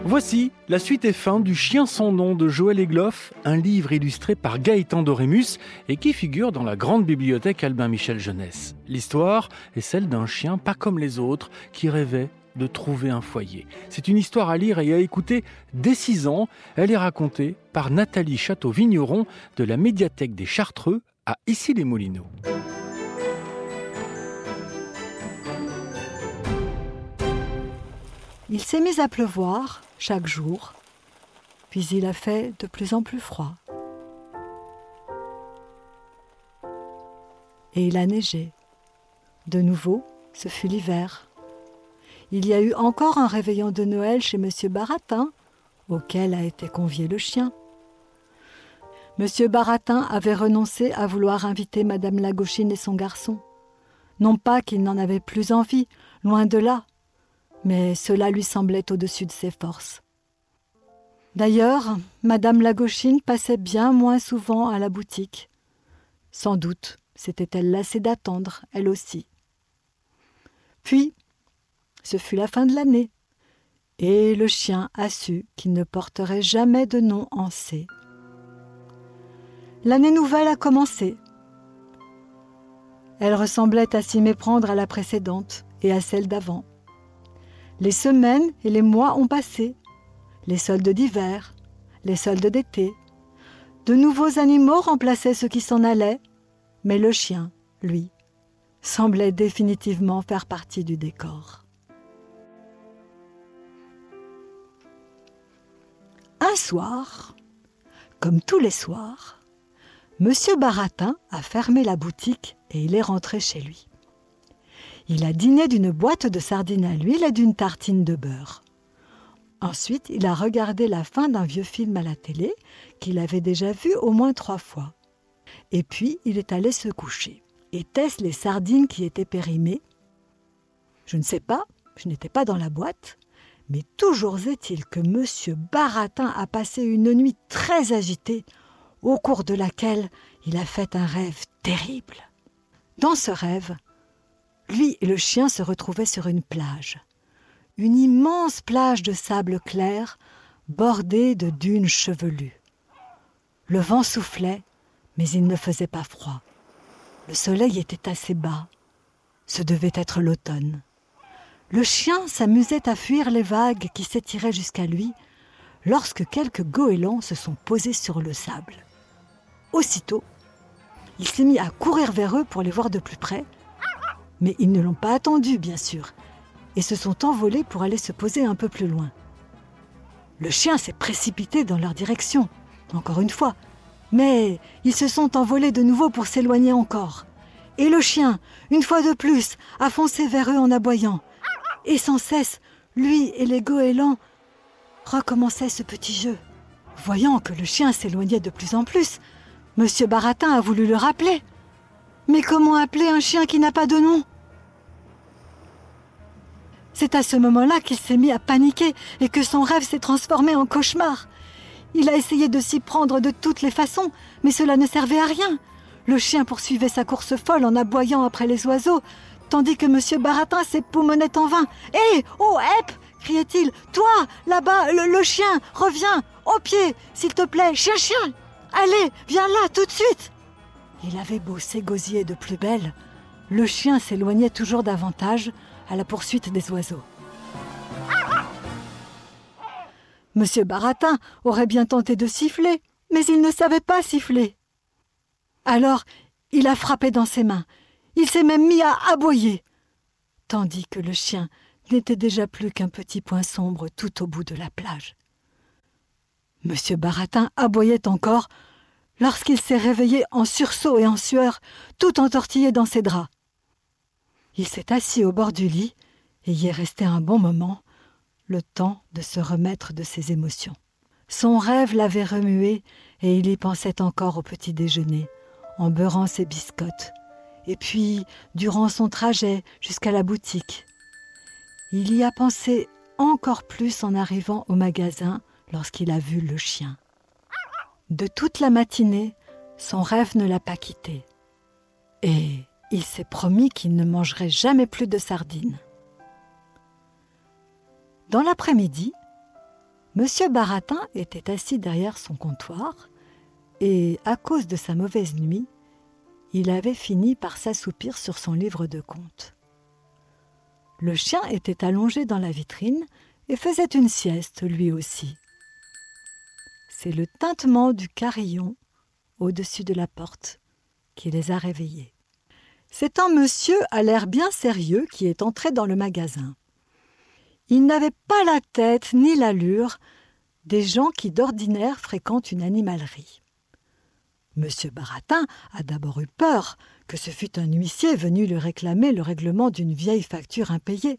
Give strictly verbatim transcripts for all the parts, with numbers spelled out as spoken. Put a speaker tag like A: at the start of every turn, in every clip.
A: Voici la suite et fin du Chien sans nom de Joël Egloff, un livre illustré par Gaëtan Dorémus et qui figure dans la grande bibliothèque Albin Michel Jeunesse. L'histoire est celle d'un chien pas comme les autres qui rêvait de trouver un foyer. C'est une histoire à lire et à écouter dès six ans. Elle est racontée par Nathalie Château-Vigneron de la médiathèque des Chartreux à Issy-les-Moulineaux.
B: Il s'est mis à pleuvoir chaque jour, puis il a fait de plus en plus froid. Et il a neigé. De nouveau, ce fut l'hiver. Il y a eu encore un réveillon de Noël chez Monsieur Baratin, auquel a été convié le chien. Monsieur Baratin avait renoncé à vouloir inviter Madame Lagauchine et son garçon. Non pas qu'il n'en avait plus envie, loin de là, mais cela lui semblait au-dessus de ses forces. D'ailleurs, Madame Lagauchine passait bien moins souvent à la boutique. Sans doute s'était-elle lassée d'attendre, elle aussi. Puis, ce fut la fin de l'année, et le chien a su qu'il ne porterait jamais de nom en C. L'année nouvelle a commencé. Elle ressemblait à s'y méprendre à la précédente et à celle d'avant. Les semaines et les mois ont passé, les soldes d'hiver, les soldes d'été. De nouveaux animaux remplaçaient ceux qui s'en allaient, mais le chien, lui, semblait définitivement faire partie du décor. Un soir, comme tous les soirs, Monsieur Baratin a fermé la boutique et il est rentré chez lui. Il a dîné d'une boîte de sardines à l'huile et d'une tartine de beurre. Ensuite, il a regardé la fin d'un vieux film à la télé qu'il avait déjà vu au moins trois fois. Et puis, il est allé se coucher. Étaient-ce les sardines qui étaient périmées ? Je ne sais pas, je n'étais pas dans la boîte, mais toujours est-il que Monsieur Baratin a passé une nuit très agitée, au cours de laquelle il a fait un rêve terrible. Dans ce rêve, lui et le chien se retrouvaient sur une plage. Une immense plage de sable clair, bordée de dunes chevelues. Le vent soufflait, mais il ne faisait pas froid. Le soleil était assez bas. Ce devait être l'automne. Le chien s'amusait à fuir les vagues qui s'étiraient jusqu'à lui, lorsque quelques goélands se sont posés sur le sable. Aussitôt, il s'est mis à courir vers eux pour les voir de plus près, mais ils ne l'ont pas attendu, bien sûr, et se sont envolés pour aller se poser un peu plus loin. Le chien s'est précipité dans leur direction, encore une fois, mais ils se sont envolés de nouveau pour s'éloigner encore. Et le chien, une fois de plus, a foncé vers eux en aboyant. Et sans cesse, lui et les goélands recommençaient ce petit jeu. Voyant que le chien s'éloignait de plus en plus, Monsieur Baratin a voulu le rappeler. Mais comment appeler un chien qui n'a pas de nom ? C'est à ce moment-là qu'il s'est mis à paniquer et que son rêve s'est transformé en cauchemar. Il a essayé de s'y prendre de toutes les façons, mais cela ne servait à rien. Le chien poursuivait sa course folle en aboyant après les oiseaux, tandis que Monsieur Baratin s'époumonnait en vain. « Hé, oh, hep !» criait-il. « Toi, là-bas, le, le chien, reviens, au pied, s'il te plaît, chien, chien ! Allez, viens là, tout de suite !» Il avait beau s'égosiller de plus belle, le chien s'éloignait toujours davantage à la poursuite des oiseaux. Monsieur Baratin aurait bien tenté de siffler, mais il ne savait pas siffler. Alors, il a frappé dans ses mains. Il s'est même mis à aboyer, tandis que le chien n'était déjà plus qu'un petit point sombre tout au bout de la plage. Monsieur Baratin aboyait encore lorsqu'il s'est réveillé en sursaut et en sueur, tout entortillé dans ses draps. Il s'est assis au bord du lit et y est resté un bon moment, le temps de se remettre de ses émotions. Son rêve l'avait remué et il y pensait encore au petit déjeuner, en beurrant ses biscottes, et puis durant son trajet jusqu'à la boutique. Il y a pensé encore plus en arrivant au magasin lorsqu'il a vu le chien. De toute la matinée, son rêve ne l'a pas quitté. Et il s'est promis qu'il ne mangerait jamais plus de sardines. Dans l'après-midi, Monsieur Baratin était assis derrière son comptoir et, à cause de sa mauvaise nuit, il avait fini par s'assoupir sur son livre de comptes. Le chien était allongé dans la vitrine et faisait une sieste lui aussi. C'est le tintement du carillon au-dessus de la porte qui les a réveillés. C'est un monsieur à l'air bien sérieux qui est entré dans le magasin. Il n'avait pas la tête ni l'allure des gens qui d'ordinaire fréquentent une animalerie. Monsieur Baratin a d'abord eu peur que ce fût un huissier venu lui réclamer le règlement d'une vieille facture impayée.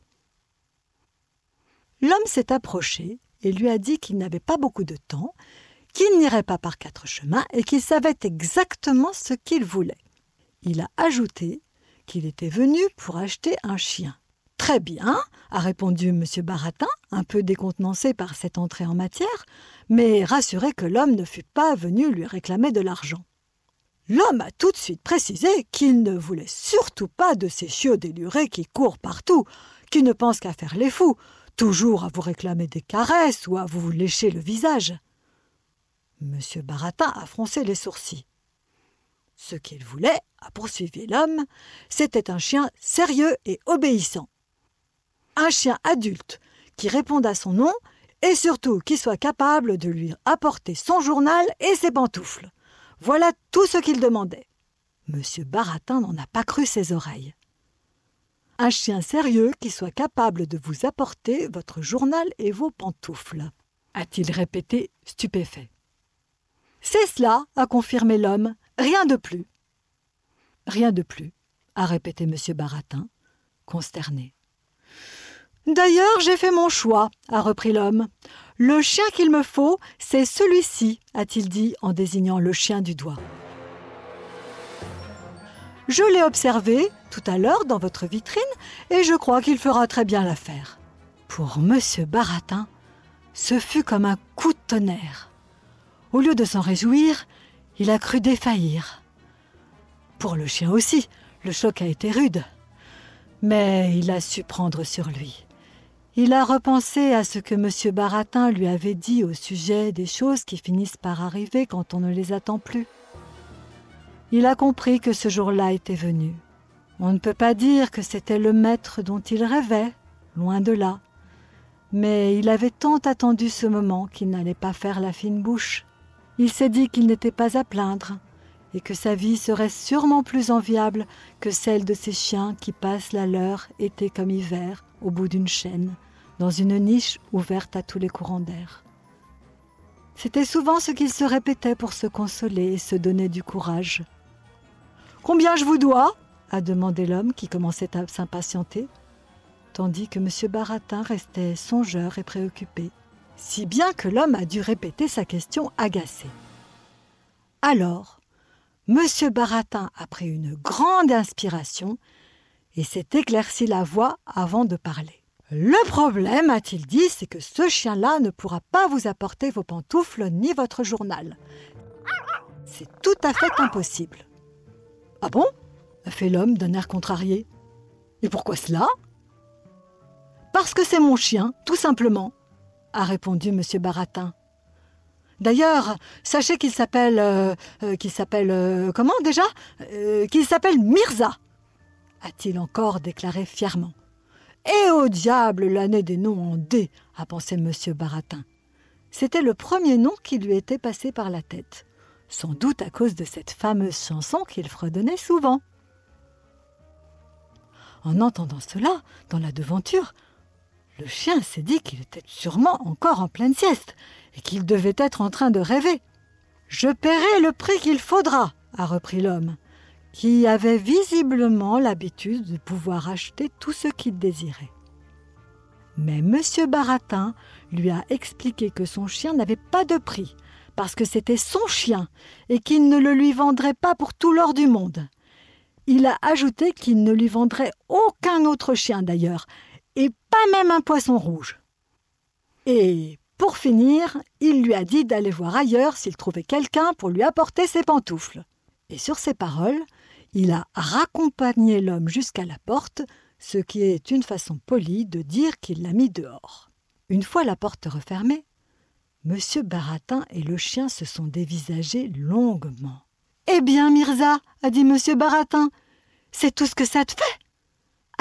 B: L'homme s'est approché et lui a dit qu'il n'avait pas beaucoup de temps, qu'il n'irait pas par quatre chemins et qu'il savait exactement ce qu'il voulait. Il a ajouté qu'il était venu pour acheter un chien. « Très bien », a répondu M. Baratin, un peu décontenancé par cette entrée en matière, mais rassuré que l'homme ne fût pas venu lui réclamer de l'argent. L'homme a tout de suite précisé qu'il ne voulait surtout pas de ces chiots délurés qui courent partout, qui ne pensent qu'à faire les fous, toujours à vous réclamer des caresses ou à vous lécher le visage. M. Baratin a froncé les sourcils. Ce qu'il voulait, a poursuivi l'homme, c'était un chien sérieux et obéissant. Un chien adulte qui réponde à son nom et surtout qui soit capable de lui apporter son journal et ses pantoufles. Voilà tout ce qu'il demandait. M. Baratin n'en a pas cru ses oreilles. Un chien sérieux qui soit capable de vous apporter votre journal et vos pantoufles, a-t-il répété stupéfait. C'est cela, a confirmé l'homme, rien de plus. Rien de plus, a répété M. Baratin, consterné. D'ailleurs, j'ai fait mon choix, a repris l'homme. Le chien qu'il me faut, c'est celui-ci, a-t-il dit en désignant le chien du doigt. Je l'ai observé tout à l'heure dans votre vitrine et je crois qu'il fera très bien l'affaire. Pour M. Baratin, ce fut comme un coup de tonnerre. Au lieu de s'en réjouir, il a cru défaillir. Pour le chien aussi, le choc a été rude. Mais il a su prendre sur lui. Il a repensé à ce que M. Baratin lui avait dit au sujet des choses qui finissent par arriver quand on ne les attend plus. Il a compris que ce jour-là était venu. On ne peut pas dire que c'était le maître dont il rêvait, loin de là. Mais il avait tant attendu ce moment qu'il n'allait pas faire la fine bouche. Il s'est dit qu'il n'était pas à plaindre et que sa vie serait sûrement plus enviable que celle de ces chiens qui passent la leur, été comme hiver, au bout d'une chaîne, dans une niche ouverte à tous les courants d'air. C'était souvent ce qu'il se répétait pour se consoler et se donner du courage. « Combien je vous dois ?» a demandé l'homme qui commençait à s'impatienter, tandis que M. Baratin restait songeur et préoccupé, si bien que l'homme a dû répéter sa question agacé. Alors, M. Baratin a pris une grande inspiration et s'est éclairci la voix avant de parler. « Le problème, a-t-il dit, c'est que ce chien-là ne pourra pas vous apporter vos pantoufles ni votre journal. C'est tout à fait impossible. »« Ah bon ?» a fait l'homme d'un air contrarié. « Et pourquoi cela ?»« Parce que c'est mon chien, tout simplement, » a répondu M. Baratin. « D'ailleurs, sachez qu'il s'appelle... Euh, euh, qu'il s'appelle... Euh, comment déjà euh, Qu'il s'appelle Mirza !» a-t-il encore déclaré fièrement. « Et au diable l'année des noms en D !» a pensé M. Baratin. C'était le premier nom qui lui était passé par la tête, sans doute à cause de cette fameuse chanson qu'il fredonnait souvent. En entendant cela, dans la devanture, le chien s'est dit qu'il était sûrement encore en pleine sieste et qu'il devait être en train de rêver. « Je paierai le prix qu'il faudra !» a repris l'homme, qui avait visiblement l'habitude de pouvoir acheter tout ce qu'il désirait. Mais M. Baratin lui a expliqué que son chien n'avait pas de prix, parce que c'était son chien et qu'il ne le lui vendrait pas pour tout l'or du monde. Il a ajouté qu'il ne lui vendrait aucun autre chien d'ailleurs, et pas même un poisson rouge. Et pour finir, il lui a dit d'aller voir ailleurs s'il trouvait quelqu'un pour lui apporter ses pantoufles. Et sur ces paroles, il a raccompagné l'homme jusqu'à la porte, ce qui est une façon polie de dire qu'il l'a mis dehors. Une fois la porte refermée, Monsieur Baratin et le chien se sont dévisagés longuement. « Eh bien, Mirza, a dit Monsieur Baratin, c'est tout ce que ça te fait ?»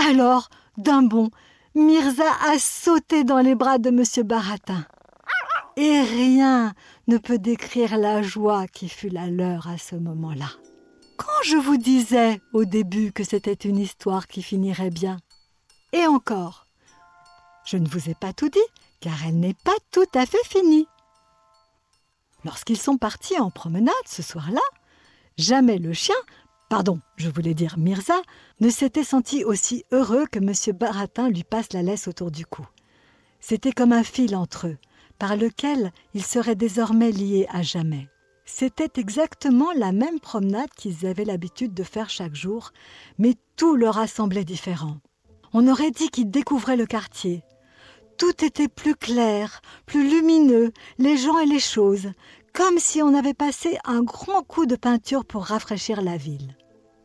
B: Alors, d'un bond, Mirza a sauté dans les bras de Monsieur Baratin. Et rien ne peut décrire la joie qui fut la leur à ce moment-là. Quand je vous disais au début que c'était une histoire qui finirait bien. Et encore, je ne vous ai pas tout dit, car elle n'est pas tout à fait finie. Lorsqu'ils sont partis en promenade ce soir-là, jamais le chien, pardon, je voulais dire Mirza, ne s'était senti aussi heureux que Monsieur Baratin lui passe la laisse autour du cou. C'était comme un fil entre eux, par lequel ils seraient désormais liés à jamais. C'était exactement la même promenade qu'ils avaient l'habitude de faire chaque jour, mais tout leur a semblé différent. On aurait dit qu'ils découvraient le quartier. Tout était plus clair, plus lumineux, les gens et les choses, comme si on avait passé un grand coup de peinture pour rafraîchir la ville.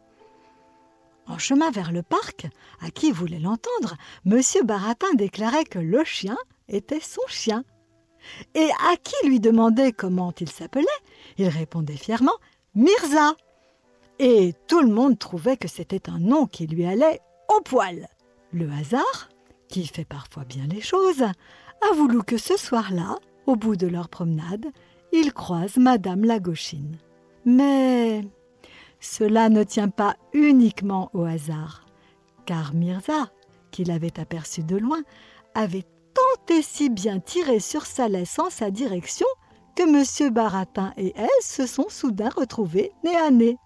B: En chemin vers le parc, à qui voulait l'entendre, Monsieur Baratin déclarait que le chien était son chien. Et à qui lui demandait comment il s'appelait, il répondait fièrement « Mirza ». Et tout le monde trouvait que c'était un nom qui lui allait au poil. Le hasard, qui fait parfois bien les choses, a voulu que ce soir-là, au bout de leur promenade, ils croisent Madame la Gauchine. Mais cela ne tient pas uniquement au hasard, car Mirza, qui l'avait aperçu de loin, avait tant et si bien tiré sur sa laisse en sa direction que Monsieur Baratin et elle se sont soudain retrouvés nez à nez.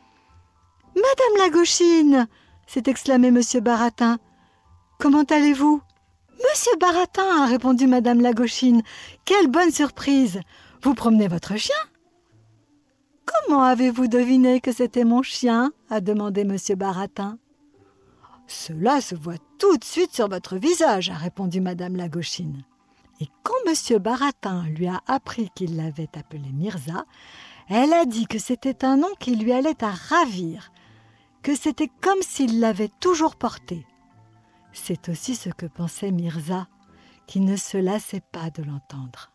B: « Madame la Gauchine !» s'est exclamé Monsieur Baratin. « Comment allez-vous ?»« Monsieur Baratin !» a répondu Madame la Gauchine. « Quelle bonne surprise! Vous promenez votre chien ?»« Comment avez-vous deviné que c'était mon chien ?» a demandé Monsieur Baratin. « Cela se voit tout de suite sur votre visage, » a répondu Madame la Gauchine. Et quand Monsieur Baratin lui a appris qu'il l'avait appelé Mirza, elle a dit que c'était un nom qui lui allait à ravir, que c'était comme s'il l'avait toujours porté. C'est aussi ce que pensait Mirza, qui ne se lassait pas de l'entendre.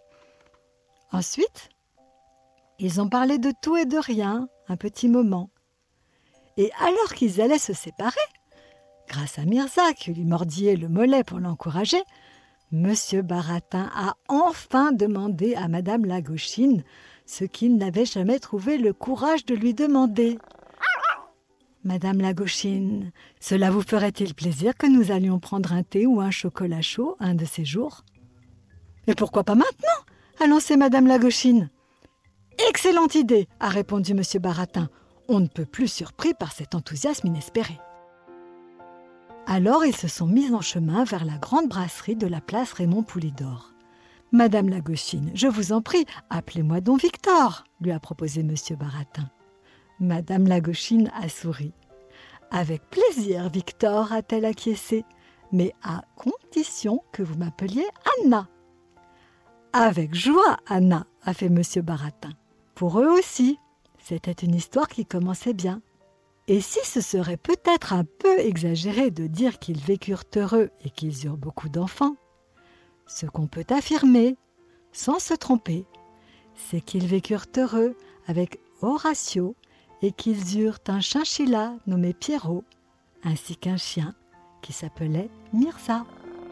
B: Ensuite, ils ont parlé de tout et de rien, un petit moment. Et alors qu'ils allaient se séparer, grâce à Mirza qui lui mordillait le mollet pour l'encourager, Monsieur Baratin a enfin demandé à Madame la Gauchine ce qu'il n'avait jamais trouvé le courage de lui demander. « Madame la Gauchine, cela vous ferait-il plaisir que nous allions prendre un thé ou un chocolat chaud un de ces jours ?»« Et pourquoi pas maintenant ?» a lancé Madame la Gauchine. « Excellente idée !» a répondu Monsieur Baratin. On ne peut plus surpris par cet enthousiasme inespéré. Alors ils se sont mis en chemin vers la grande brasserie de la place Raymond Poulidor. « Madame la Gauchine, je vous en prie, appelez-moi donc Victor !» lui a proposé Monsieur Baratin. Madame la Gauchine a souri. « Avec plaisir, Victor !» a-t-elle acquiescé, « mais à condition que vous m'appeliez Anna. »« Avec joie, Anna !» a fait Monsieur Baratin. Pour eux aussi, c'était une histoire qui commençait bien. Et si ce serait peut-être un peu exagéré de dire qu'ils vécurent heureux et qu'ils eurent beaucoup d'enfants, ce qu'on peut affirmer, sans se tromper, c'est qu'ils vécurent heureux avec Horatio et qu'ils eurent un chinchilla nommé Pierrot, ainsi qu'un chien qui s'appelait Mirza.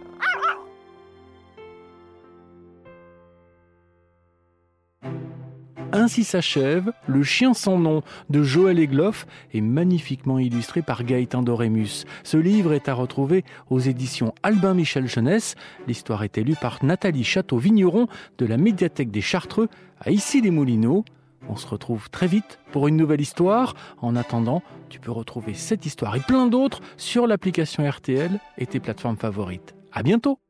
A: Ainsi s'achève Le chien sans nom de Joël Egloff et magnifiquement illustré par Gaëtan Dorémus. Ce livre est à retrouver aux éditions Albin Michel Jeunesse. L'histoire est lue par Nathalie Château-Vigneron de la médiathèque des Chartreux à Issy-les-Moulineaux. On se retrouve très vite pour une nouvelle histoire. En attendant, tu peux retrouver cette histoire et plein d'autres sur l'application R T L et tes plateformes favorites. À bientôt!